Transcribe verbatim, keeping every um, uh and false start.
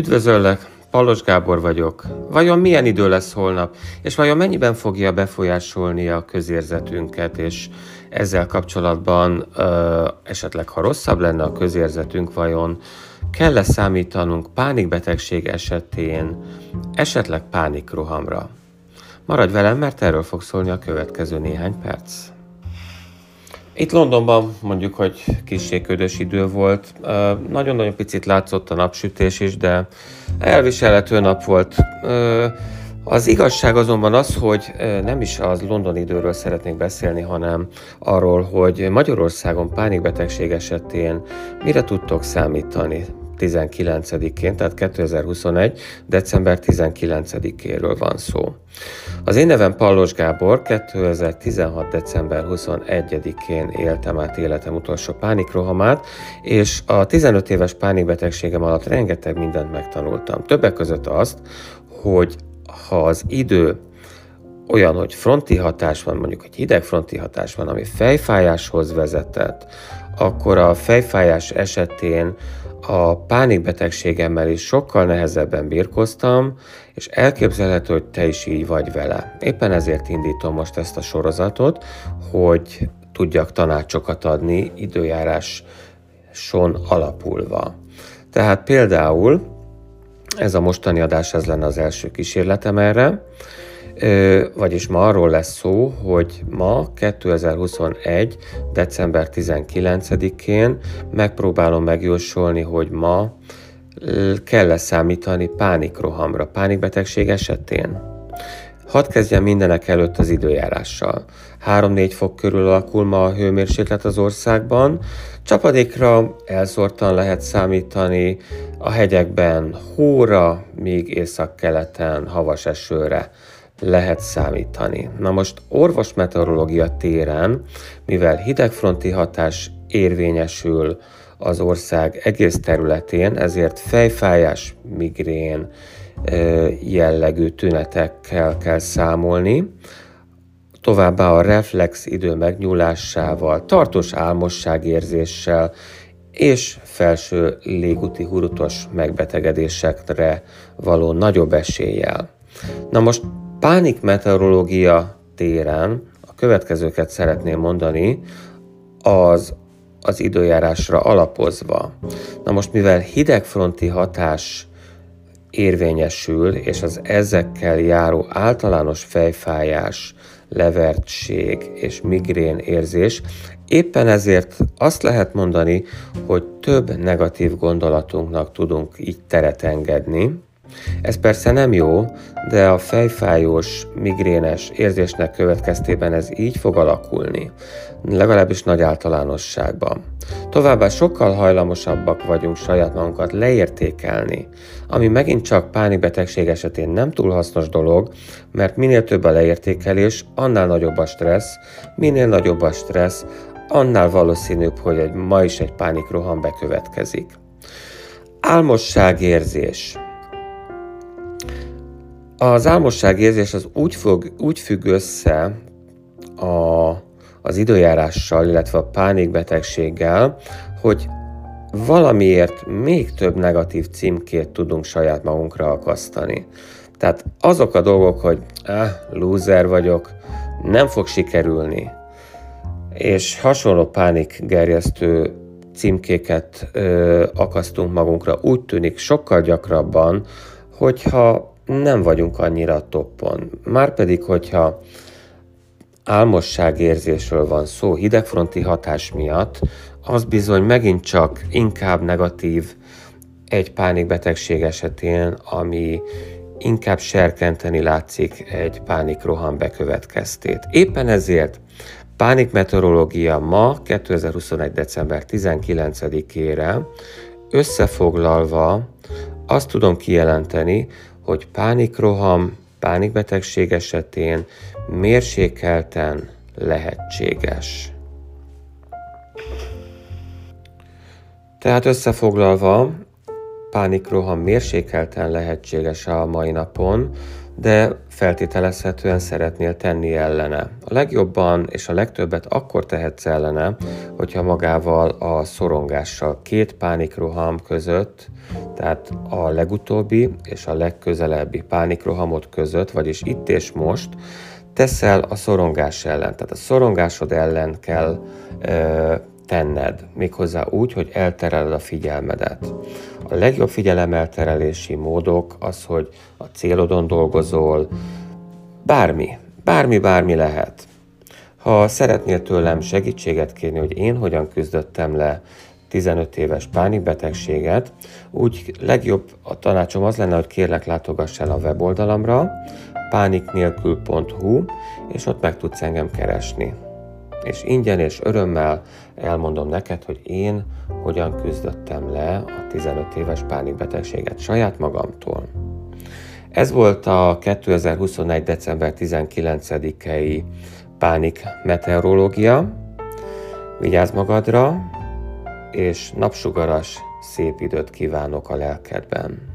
Üdvözöllek, Pallos Gábor vagyok. Vajon milyen idő lesz holnap, és vajon mennyiben fogja befolyásolni a közérzetünket, és ezzel kapcsolatban ö, esetleg, ha rosszabb lenne a közérzetünk, vajon kell-e számítanunk pánikbetegség esetén esetleg pánikrohamra? Maradj velem, mert erről fog szólni a következő néhány perc. Itt Londonban mondjuk, hogy kissé ködös idő volt. Nagyon-nagyon picit látszott a napsütés is, de elviselhető nap volt. Az igazság azonban az, hogy nem is az londoni időről szeretnék beszélni, hanem arról, hogy Magyarországon pánikbetegség esetén mire tudtok számítani tizenkilencedikén, tehát kétezer-huszonegy. december tizenkilencedikéről van szó. Az én nevem Pallos Gábor, kétezer-tizenhat. december huszonegyedikén éltem át életem utolsó pánikrohamát, és a tizenöt éves pánikbetegségem alatt rengeteg mindent megtanultam. Többek között azt, hogy ha az idő olyan, hogy fronti hatás van, mondjuk egy hideg fronti hatás van, ami fejfájáshoz vezetett, akkor a fejfájás esetén a pánikbetegségemmel is sokkal nehezebben birkoztam, és elképzelhető, hogy te is így vagy vele. Éppen ezért indítom most ezt a sorozatot, hogy tudjak tanácsokat adni időjáráson alapulva. Tehát például ez a mostani adás, ez lenne az első kísérletem erre, vagyis ma arról lesz szó, hogy ma kétezer-huszonegy. december tizenkilencedikén megpróbálom megjósolni, hogy ma kell-e számítani pánikrohamra, pánikbetegség esetén. Hadd kezdjem mindenek előtt az időjárással. három-négy fok körül alakul ma a hőmérséklet az országban, csapadékra elszórtan lehet számítani, a hegyekben hóra, míg északkeleten havas esőre lehet számítani. Na most orvosmeteorológia téren, mivel hidegfronti hatás érvényesül az ország egész területén, ezért fejfájás, migrén jellegű tünetekkel kell számolni, továbbá a reflex idő megnyúlásával, tartós álmosságérzéssel és felső légúti hurutos megbetegedésekre való nagyobb eséllyel. Na most pánikmeteorológia téren a következőket szeretném mondani az, az időjárásra alapozva. Na most mivel hidegfronti hatás érvényesül, és az ezekkel járó általános fejfájás, levertség és migrén érzés, éppen ezért azt lehet mondani, hogy több negatív gondolatunknak tudunk így teret engedni. Ez persze nem jó, de a fejfájós, migrénes érzésnek következtében ez így fog alakulni, legalábbis nagy általánosságban. Továbbá sokkal hajlamosabbak vagyunk saját magunkat leértékelni, ami megint csak pánikbetegség esetén nem túl hasznos dolog, mert minél több a leértékelés, annál nagyobb a stressz, minél nagyobb a stressz, annál valószínűbb, hogy egy, ma is egy pánikroham bekövetkezik. Álmosságérzés. Az álmosságérzés az úgy, fog, úgy függ össze a, az időjárással, illetve a pánikbetegséggel, hogy valamiért még több negatív címkét tudunk saját magunkra akasztani. Tehát azok a dolgok, hogy eh, loser vagyok, nem fog sikerülni, és hasonló pánikgerjesztő címkéket ö, akasztunk magunkra, úgy tűnik sokkal gyakrabban, hogyha nem vagyunk annyira toppon. Márpedig, hogyha álmosságérzésről van szó hidegfronti hatás miatt, az bizony megint csak inkább negatív egy pánikbetegség esetén, ami inkább serkenteni látszik egy pánikroham bekövetkeztét. Éppen ezért pánikmeteorológia ma kétezer-huszonegy. december tizenkilencedikére összefoglalva azt tudom kijelenteni, hogy pánikroham, pánikbetegség esetén mérsékelten lehetséges. Tehát összefoglalva, pánikroham mérsékelten lehetséges a mai napon, de feltételezhetően szeretnél tenni ellene. A legjobban és a legtöbbet akkor tehetsz ellene, hogyha magával a szorongással két pánikroham között, tehát a legutóbbi és a legközelebbi pánikrohamot között, vagyis itt és most teszel a szorongás ellen. Tehát a szorongásod ellen kell ö, tenned, méghozzá úgy, hogy eltereled a figyelmedet. A legjobb figyelemelterelési módok az, hogy a célodon dolgozol, bármi, bármi, bármi lehet. Ha szeretnél tőlem segítséget kérni, hogy én hogyan küzdöttem le tizenöt éves pánikbetegséget, úgy legjobb a tanácsom az lenne, hogy kérlek látogass el a weboldalamra, pániknélkül pont hu, és ott meg tudsz engem keresni. És ingyen és örömmel elmondom neked, hogy én hogyan küzdöttem le a tizenöt éves pánikbetegséget saját magamtól. Ez volt a kétezer-huszonegy. december tizenkilencedikei pánik meteorológia. Vigyázz magadra, és napsugaras, szép időt kívánok a lelkedben.